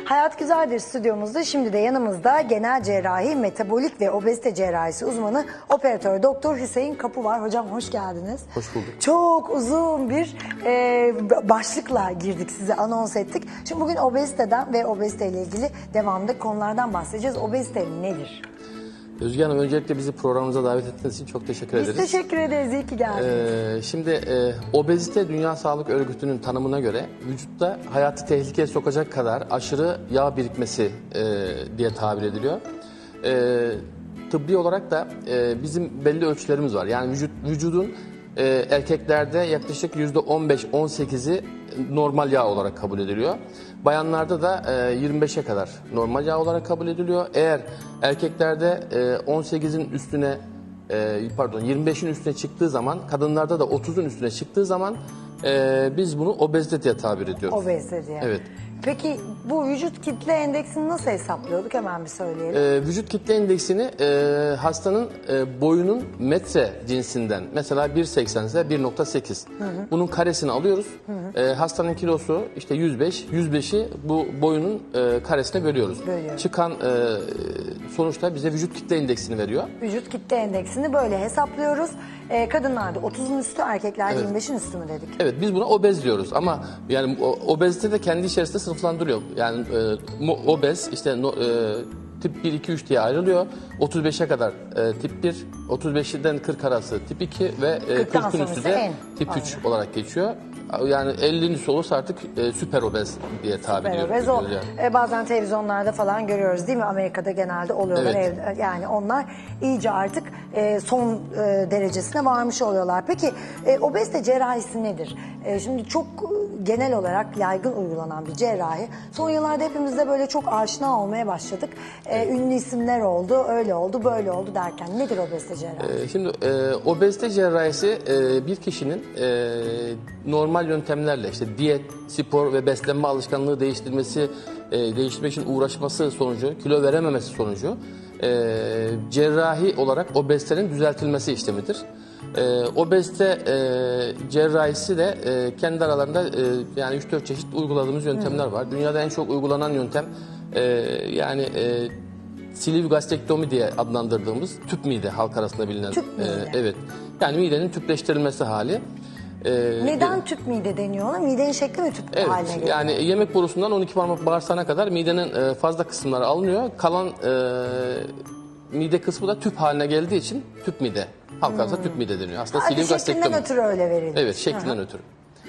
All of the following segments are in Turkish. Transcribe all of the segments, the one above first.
Hayat Güzeldir stüdyomuzda. Şimdi de yanımızda genel cerrahi, metabolik ve obezite cerrahisi uzmanı operatör Doktor Hüseyin Kapı var. Hocam hoş geldiniz. Hoş bulduk. Çok uzun bir başlıkla girdik, size anons ettik. Şimdi bugün obeziteden ve obezite ile ilgili devamlı konulardan bahsedeceğiz. Obezite nedir? Özge Hanım, öncelikle bizi programımıza davet ettiğiniz için çok teşekkür ederiz. Biz teşekkür ederiz. İyi ki geldiniz. Şimdi obezite Dünya Sağlık Örgütü'nün tanımına göre vücutta hayatı tehlikeye sokacak kadar aşırı yağ birikmesi diye tabir ediliyor. Tıbbi olarak da bizim belli ölçülerimiz var. Yani vücudun erkeklerde yaklaşık %15-18'i normal yağ olarak kabul ediliyor. Bayanlarda da 25'e kadar normal yağ olarak kabul ediliyor. Eğer erkeklerde 18'in üstüne 25'in üstüne çıktığı zaman, kadınlarda da 30'un üstüne çıktığı zaman biz bunu obezite diye tabir ediyoruz. Obezite diye. Evet. Peki bu vücut kitle endeksini nasıl hesaplıyorduk? Hemen bir söyleyelim. Vücut kitle endeksini hastanın boyunun metre cinsinden, mesela 1.80 ise 1.8. Bunun karesini alıyoruz. Hastanın kilosu işte 105. 105'i bu boyunun karesine bölüyoruz. Çıkan sonuçta bize vücut kitle endeksini veriyor. Vücut kitle endeksini böyle hesaplıyoruz. Kadınlarda 30'un üstü, erkeklerde 25'in üstü mü dedik? Evet, biz buna obez diyoruz ama yani obezite de kendi içerisinde sınıflandırılıyor. Yani obez işte tip 1, 2, 3 diye ayrılıyor. 35'e kadar tip 1, 35'den 40 arası tip 2 ve 40'ın üstü de tip 3 olarak geçiyor. Yani 50'nin üstü olursa artık süper obez diye tabir ediyoruz. Bazen televizyonlarda falan görüyoruz değil mi? Amerika'da genelde oluyorlar. Evet. Yani onlar iyice artık son derecesine varmış oluyorlar. Peki obezite cerrahisi nedir? Şimdi çok genel olarak yaygın uygulanan bir cerrahi. Son yıllarda hepimiz de böyle çok aşina olmaya başladık. Ünlü isimler oldu, öyle oldu, böyle oldu derken nedir obezite cerrahisi? Şimdi obezite cerrahisi bir kişinin normal yöntemlerle işte diyet, spor ve beslenme alışkanlığı değiştirmek için uğraşması sonucu, kilo verememesi sonucu cerrahi olarak obezitenin düzeltilmesi işlemidir. Obezite cerrahisi de kendi aralarında yani 3-4 çeşit uyguladığımız yöntemler var. Dünyada en çok uygulanan yöntem sleeve gastrektomi diye adlandırdığımız tüp mide, halk arasında bilinen. Tüp mide. Evet. Yani midenin tüpleştirilmesi hali. Neden tüp mide deniyor ona? Midenin şekli mi tüp haline geliyor? Yani yemek borusundan 12 parmak bağırsağına kadar midenin fazla kısımları alınıyor. Kalan mide kısmı da tüp haline geldiği için tüp mide. Halk arasında tüp mide deniyor. Aslında sleeve gastrektomi. Şeklinden ötürü öyle verilmiş. Evet, şeklinden ötürü.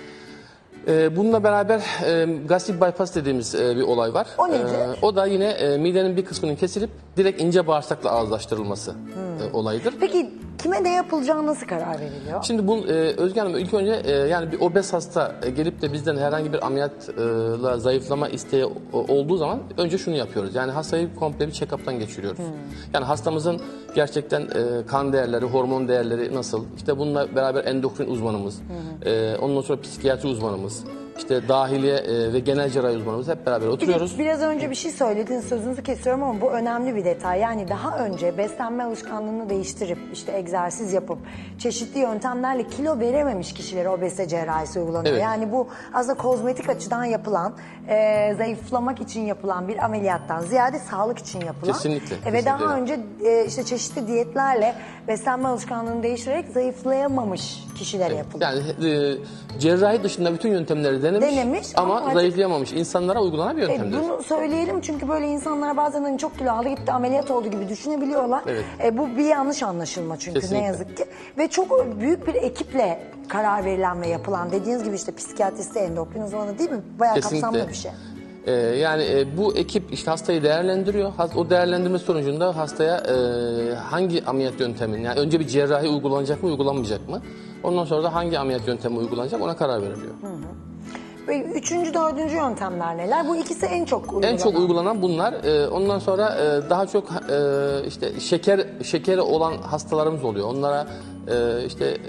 Bununla beraber gastrik bypass dediğimiz bir olay var. O nedir? O da yine midenin bir kısmının kesilip direkt ince bağırsakla ağızlaştırılması olayıdır. Peki kime ne yapılacağı nasıl karar veriliyor? Şimdi bu Özge Hanım, ilk önce yani bir obez hasta gelip de bizden herhangi bir ameliyatla zayıflama isteği olduğu zaman önce şunu yapıyoruz. Yani hastayı komple bir check-up'tan geçiriyoruz. Yani hastamızın gerçekten kan değerleri, hormon değerleri nasıl? İşte bununla beraber endokrin uzmanımız, ondan sonra psikiyatri uzmanımız, İşte dahiliye ve genel cerrahi uzmanımız hep beraber oturuyoruz. Biraz önce bir şey söylediniz, sözünüzü kesiyorum ama bu önemli bir detay. Yani daha önce beslenme alışkanlığını değiştirip işte egzersiz yapıp çeşitli yöntemlerle kilo verememiş kişilere obezite cerrahisi uygulanıyor. Evet. Yani bu aslında kozmetik açıdan yapılan, zayıflamak için yapılan bir ameliyattan ziyade sağlık için yapılan. Kesinlikle. Ve daha önce işte çeşitli diyetlerle beslenme alışkanlığını değiştirerek zayıflayamamış kişilere yapılıyor. Yani cerrahi dışında bütün yöntemleri denemiş ama zayıflayamamış insanlara uygulanan bir yöntemdir. Bunu söyleyelim çünkü böyle insanlar bazen hani çok kilo aldı gitti ameliyat oldu gibi düşünebiliyorlar. Evet. Bu bir yanlış anlaşılma çünkü. Kesinlikle. Ne yazık ki. Ve çok büyük bir ekiple karar verilen ve yapılan, dediğiniz gibi işte psikiyatristi, endokrin uzmanı değil mi? Bayağı kapsamlı bir şey. Yani bu ekip işte hastayı değerlendiriyor. O değerlendirme sonucunda hastaya hangi ameliyat yöntemini, yani önce bir cerrahi uygulanacak mı, uygulanmayacak mı? Ondan sonra da hangi ameliyat yöntemi uygulanacak ona karar veriliyor. Ve üçüncü, dördüncü yöntemler neler? Bu ikisi en çok uygulanan. En çok uygulanan bunlar. Ondan sonra daha çok işte şekeri olan hastalarımız oluyor. Onlara işte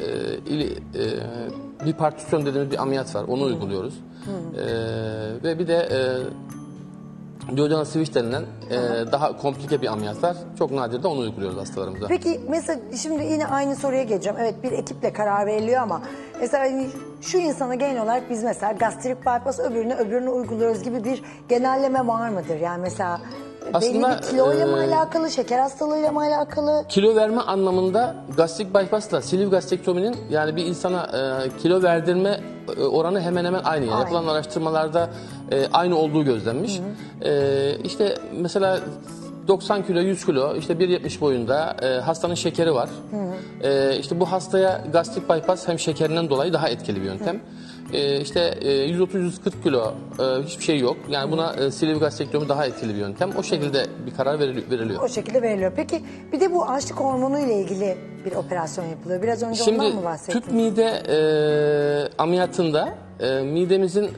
bipartisyon dediğimiz bir ameliyat var. Onu uyguluyoruz. Ve bir de duodenal switch denilen daha komplike bir ameliyat var. Çok nadir de onu uyguluyoruz hastalarımıza. Peki mesela şimdi yine aynı soruya geleceğim. Evet, bir ekiple karar veriliyor ama mesela şu insana genel olarak biz mesela gastrik bypass öbürüne uyguluyoruz gibi bir genelleme var mıdır? Yani mesela Aslında, belli bir kiloyla mı alakalı, şeker hastalığıyla mı alakalı? Kilo verme anlamında gastrik bypassla sleeve gastrektominin yani bir insana kilo verdirme oranı hemen hemen aynı. Yani yapılan araştırmalarda aynı olduğu gözlenmiş. İşte mesela 90 kilo, 100 kilo, işte 1.70 boyunda hastanın şekeri var. İşte bu hastaya gastrik bypass hem şekerinden dolayı daha etkili bir yöntem. İşte 130-140 kilo hiçbir şey yok. Yani buna sleeve gastrektomi daha etkili bir yöntem. O şekilde bir karar veriliyor. O şekilde veriliyor. Peki bir de bu açlık hormonu ile ilgili bir operasyon yapılıyor. Biraz önce Şimdi ondan mı bahsettiniz? tüp mide ameliyatında midemizin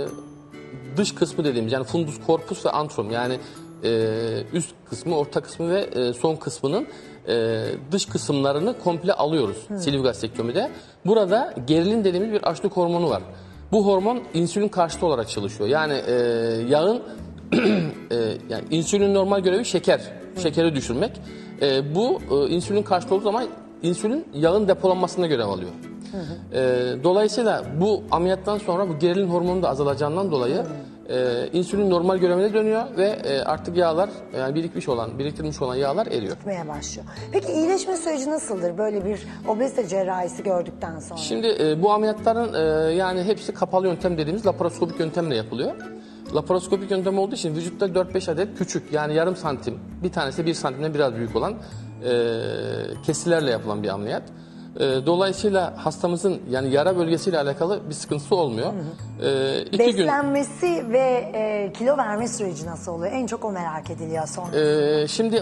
dış kısmı dediğimiz yani fundus, corpus ve antrum yani üst kısmı, orta kısmı ve son kısmının dış kısımlarını komple alıyoruz sleeve gastrektomide. Burada gerilin dediğimiz bir açlık hormonu var. Bu hormon insülin karşıtı olarak çalışıyor. Yani yağın yani insülin normal görevi şekeri düşürmek. Bu insülin karşıtı olduğu zaman insülin yağın depolanmasına görev alıyor. Dolayısıyla bu ameliyattan sonra bu gerilin hormonu da azalacağından dolayı insülin normal görevine dönüyor ve artık yağlar yani biriktirmiş olan yağlar eriyor. Gitmeye başlıyor. Peki iyileşme süreci nasıldır böyle bir obezite cerrahisi gördükten sonra? Şimdi bu ameliyatların yani hepsi kapalı yöntem dediğimiz laparoskopik yöntemle yapılıyor. Laparoskopik yöntem olduğu için vücutta 4-5 adet küçük yani yarım santim, bir tanesi 1 santimden biraz büyük olan kesilerle yapılan bir ameliyat. Dolayısıyla hastamızın yani yara bölgesiyle alakalı bir sıkıntısı olmuyor. 2 gün Beslenmesi ve kilo verme süreci nasıl oluyor? En çok o merak ediliyor sonra. şimdi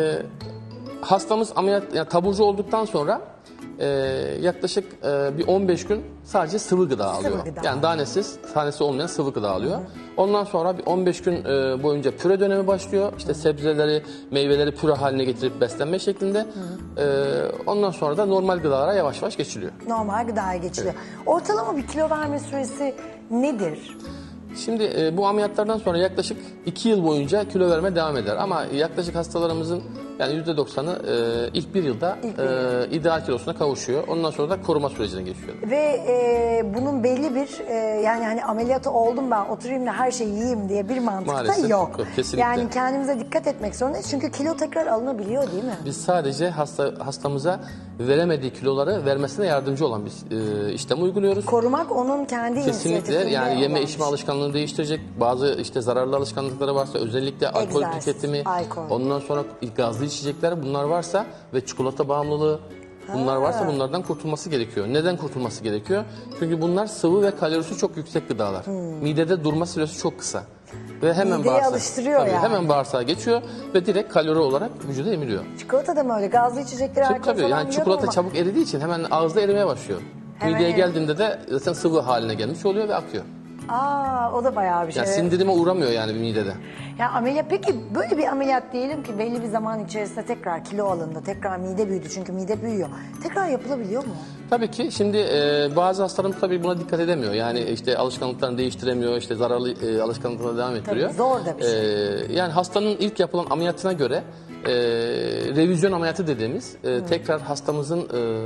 hastamız ameliyat yani taburcu olduktan sonra yaklaşık bir 15 gün sadece sıvı gıda alıyor. gıda. Yani tanesi olmayan sıvı gıda alıyor. Ondan sonra bir 15 gün boyunca püre dönemi başlıyor. İşte sebzeleri, meyveleri püre haline getirip beslenme şeklinde. Ondan sonra da normal gıdalara yavaş yavaş geçiliyor. Normal gıdaya geçiliyor. Ortalama bir kilo verme süresi nedir? Şimdi bu ameliyatlardan sonra yaklaşık 2 yıl boyunca kilo verme devam eder. Ama yaklaşık hastalarımızın yani %90'ı ilk bir yılda ideal kilosuna kavuşuyor. Ondan sonra da koruma sürecine geçiyor. Ve bunun belli bir yani hani ameliyatı oldum ben oturayım da her şeyi yiyeyim diye bir mantık da Maalesef yok. yok, kesinlikle. Yani kendimize dikkat etmek zorundayız. Çünkü kilo tekrar alınabiliyor değil mi? Biz sadece hastamıza veremediği kiloları vermesine yardımcı olan bir işlem uyguluyoruz. Korumak onun kendi Kesinlikle inisiyatifinde yani yeme olan içme bir alışkanlığını değiştirecek. Bazı işte zararlı alışkanlıkları varsa özellikle alkol Egzersiz, tüketimi, alkol. ondan sonra gazlı içecekler bunlar varsa ve çikolata bağımlılığı bunlar varsa bunlardan kurtulması gerekiyor. Neden kurtulması gerekiyor? Çünkü bunlar sıvı ve kalorisi çok yüksek gıdalar. Midede durma süresi çok kısa. Ve hemen Mideyi alıştırıyor yani. Hemen bağırsağa geçiyor ve direkt kalori olarak vücuda emiliyor. Çikolata da mı öyle? Gazlı içecekler, alkol Tabii falan yani biliyorum çikolata ama çabuk eridiği için hemen ağızda erimeye başlıyor. Hemen Mideye eriyor. geldiğinde de zaten sıvı haline gelmiş oluyor ve akıyor. o da bayağı bir şey. Yani sindirime uğramıyor yani midede. Ya ameliyat peki böyle bir ameliyat diyelim ki belli bir zaman içerisinde tekrar kilo alındı, tekrar mide büyüdü çünkü mide büyüyor. Tekrar yapılabiliyor mu? Tabii ki şimdi bazı hastalarımız tabii buna dikkat edemiyor. Yani işte alışkanlıklarını değiştiremiyor, işte zararlı alışkanlıklarına devam ettiriyor. Tabii, zor da bir şey. Yani hastanın ilk yapılan ameliyatına göre revizyon ameliyatı dediğimiz tekrar hastamızın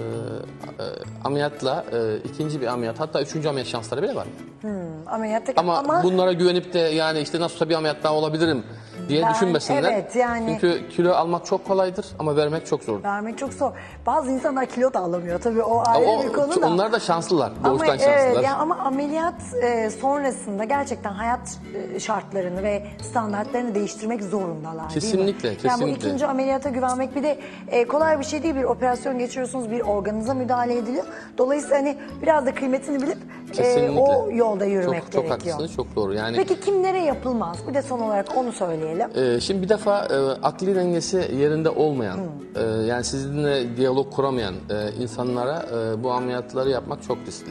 ameliyatla ikinci bir ameliyat hatta üçüncü ameliyat şansları bile var. Ameliyat Ama bunlara güvenip de yani işte nasıl olsa bir ameliyat daha olabilirim diye düşünmesinler. evet, yani- Çünkü kilo almak çok kolaydır ama vermek çok zordur. vermek çok zor. Bazı insanlar kilo da alamıyor tabii o ayrı bir konu da. Onlar da şanslılar, Ama doğuştan şanslılar. ya ama ameliyat sonrasında gerçekten hayat şartlarını ve standartlarını değiştirmek zorundalar Kesinlikle, değil mi? Yani bu kesinlikle. ikinci ameliyata güvenmek bir de kolay bir şey değil. Bir operasyon geçiriyorsunuz, bir organınıza müdahale ediliyor. Dolayısıyla hani biraz da kıymetini bilip Kesinlikle. o yolda yürümek Çok gerekiyor. haklısınız, çok doğru. Yani Peki kimlere yapılmaz? Bir de son olarak onu söyleyelim. şimdi bir defa akli dengesi yerinde olmayan, yani sizinle diyalog kuramayan insanlara bu ameliyatları yapmak çok riskli.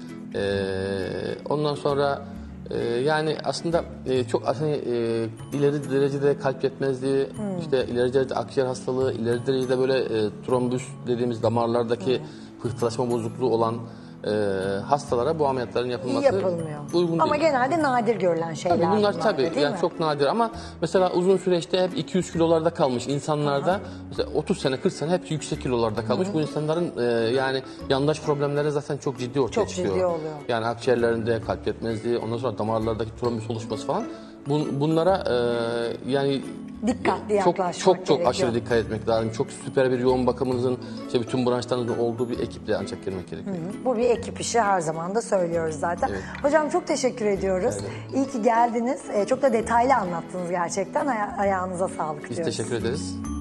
Ondan sonra yani aslında çok ileri derecede kalp yetmezliği, işte ileri derecede akciğer hastalığı, ileri derecede böyle trombüs dediğimiz damarlardaki pıhtılaşma bozukluğu olan hastalara bu ameliyatların yapılması yapılmıyor. uygun Ama değil. genelde nadir görülen şeyler Tabii bunlar bunlar, tabii değil yani mi? çok nadir ama mesela uzun süreçte hep 200 kilolarda kalmış insanlarda mesela 30 sene 40 sene hep yüksek kilolarda kalmış. Bu insanların yani yandaş problemleri zaten çok ciddi ortaya Çok çıkıyor. ciddi oluyor. Yani akciğerlerinde kalp yetmezliği, ondan sonra damarlardaki trombüs oluşması falan. Bunlara yani Dikkatli çok yaklaşmak gerekiyor. aşırı dikkat etmek lazım. Çok süper bir yoğun bakımınızın, işte bütün branşlarınızın olduğu bir ekiple ancak girmek gerekiyor. Bu bir ekip işi, her zaman da söylüyoruz zaten. Evet. Hocam çok teşekkür ediyoruz. İyi ki geldiniz. Çok da detaylı anlattınız gerçekten. Ayağınıza sağlık Biz diyoruz. teşekkür ederiz.